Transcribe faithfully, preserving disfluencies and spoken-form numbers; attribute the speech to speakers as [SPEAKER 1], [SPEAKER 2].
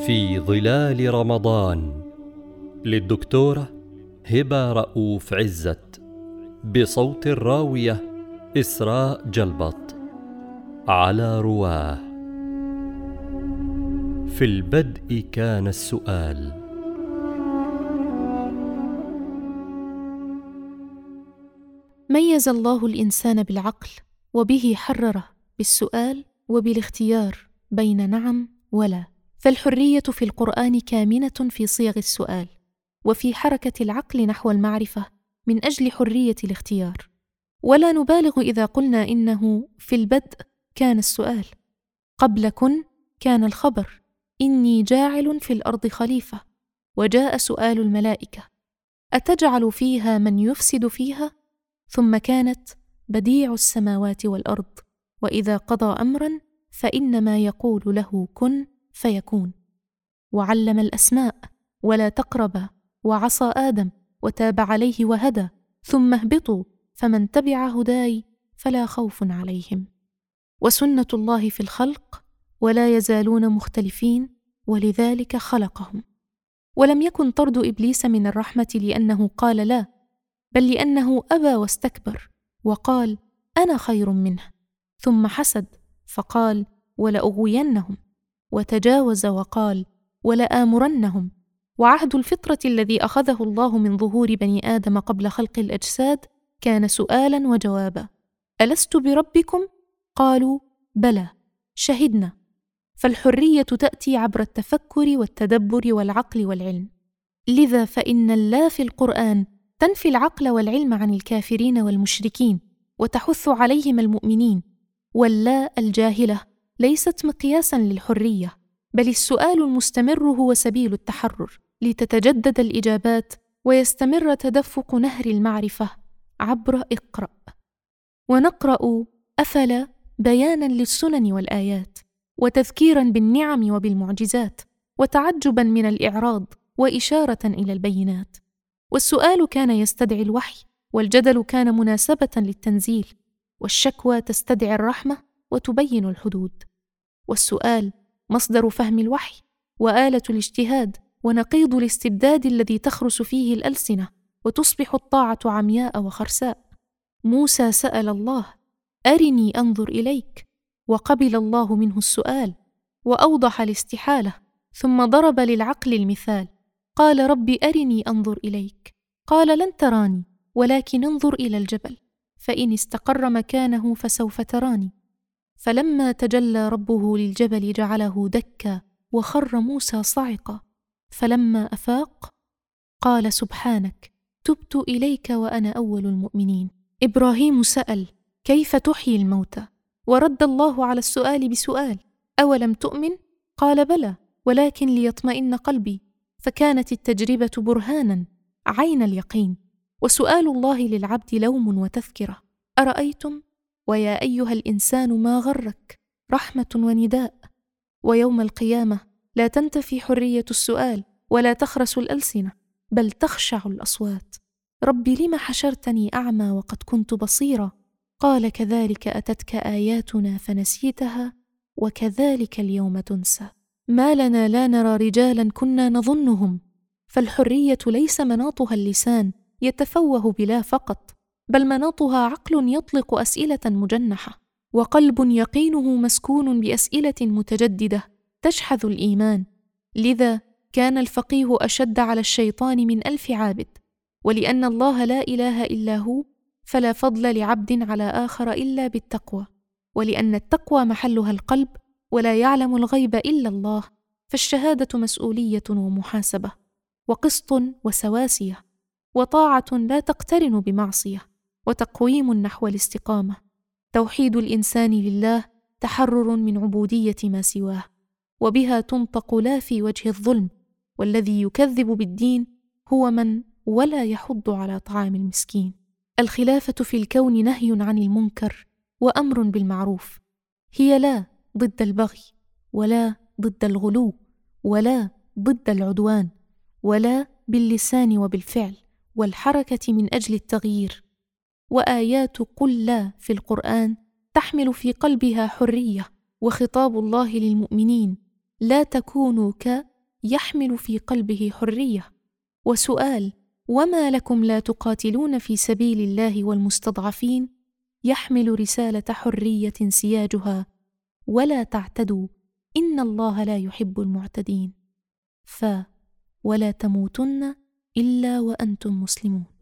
[SPEAKER 1] في ظلال رمضان للدكتورة هبة رؤوف عزت، بصوت الراوية إسراء جلبط. على رواه. في البدء كان السؤال.
[SPEAKER 2] ميز الله الإنسان بالعقل، وبه حرره بالسؤال وبالاختيار بين نعم ولا، فالحرية في القرآن كامنة في صيغ السؤال، وفي حركة العقل نحو المعرفة من أجل حرية الاختيار. ولا نبالغ إذا قلنا إنه في البدء كان السؤال، قبل كن كان الخبر إني جاعل في الأرض خليفة، وجاء سؤال الملائكة أتجعل فيها من يفسد فيها، ثم كانت بديع السماوات والأرض، وإذا قضى أمرا فإنما يقول له كن فيكون. وعلم الأسماء ولا تقرب، وعصى آدم وتاب عليه وهدى، ثم اهبطوا فمن تبع هداي فلا خوف عليهم. وسنة الله في الخلق ولا يزالون مختلفين، ولذلك خلقهم. ولم يكن طرد إبليس من الرحمة لأنه قال لا، بل لأنه أبى واستكبر وقال أنا خير منه، ثم حسد فقال ولأغوينهم، وتجاوز وقال ولآمرنهم. وعهد الفطرة الذي أخذه الله من ظهور بني آدم قبل خلق الأجساد كان سؤالا وجوابا: ألست بربكم؟ قالوا بلى شهدنا. فالحرية تأتي عبر التفكر والتدبر والعقل والعلم. لذا فإن اللا في القرآن تنفي العقل والعلم عن الكافرين والمشركين، وتحث عليهم المؤمنين. واللا الجاهلة ليست مقياسا للحرية، بل السؤال المستمر هو سبيل التحرر، لتتجدد الإجابات ويستمر تدفق نهر المعرفة عبر اقرأ. ونقرأ أفلا بيانا للسنن والآيات، وتذكيرا بالنعم وبالمعجزات، وتعجبا من الإعراض وإشارة إلى البينات. والسؤال كان يستدعي الوحي، والجدل كان مناسبة للتنزيل، والشكوى تستدعي الرحمة وتبين الحدود. والسؤال مصدر فهم الوحي، وآلة الاجتهاد، ونقيض الاستبداد الذي تخرس فيه الألسنة وتصبح الطاعة عمياء وخرساء. موسى سأل الله أرني أنظر إليك، وقبل الله منه السؤال وأوضح الاستحالة، ثم ضرب للعقل المثال قال رب أرني أنظر إليك، قال لن تراني ولكن انظر إلى الجبل فإن استقر مكانه فسوف تراني. فلما تجلى ربه للجبل جعله دكا وخر موسى صعقا، فلما أفاق قال سبحانك تبت إليك وأنا أول المؤمنين. إبراهيم سأل كيف تحيي الموتى، ورد الله على السؤال بسؤال أولم تؤمن؟ قال بلى ولكن ليطمئن قلبي، فكانت التجربة برهانا عين اليقين. وسؤال الله للعبد لوم وتذكرة: أرأيتم ويا أيها الإنسان ما غرك، رحمة ونداء. ويوم القيامة لا تنتفي حرية السؤال ولا تخرس الألسنة، بل تخشع الأصوات: رب لم حشرتني أعمى وقد كنت بصيرا، قال كذلك أتتك آياتنا فنسيتها وكذلك اليوم تنسى. ما لنا لا نرى رجالا كنا نظنهم. فالحرية ليس مناطها اللسان يتفوه بلا فقط، بل مناطها عقل يطلق أسئلة مجنحة، وقلب يقينه مسكون بأسئلة متجددة تشحذ الإيمان. لذا كان الفقيه أشد على الشيطان من ألف عابد. ولأن الله لا إله إلا هو، فلا فضل لعبد على آخر إلا بالتقوى. ولأن التقوى محلها القلب، ولا يعلم الغيب إلا الله، فالشهادة مسؤولية ومحاسبة، وقسط وسواسية، وطاعة لا تقترن بمعصية، وتقويم نحو الاستقامة. توحيد الإنسان لله تحرر من عبودية ما سواه، وبها تنطق لا في وجه الظلم. والذي يكذب بالدين هو من ولا يحض على طعام المسكين. الخلافة في الكون نهي عن المنكر وأمر بالمعروف. هي لا ضد البغي، ولا ضد الغلو، ولا ضد العدوان، ولا باللسان وبالفعل والحركة من أجل التغيير. وآيات قل لا في القرآن تحمل في قلبها حرية، وخطاب الله للمؤمنين لا تكونوا ك يحمل في قلبه حرية، وسؤال وما لكم لا تقاتلون في سبيل الله والمستضعفين يحمل رسالة حرية سياجها ولا تعتدوا إن الله لا يحب المعتدين. ف ولا تموتن إلا وأنتم مسلمون.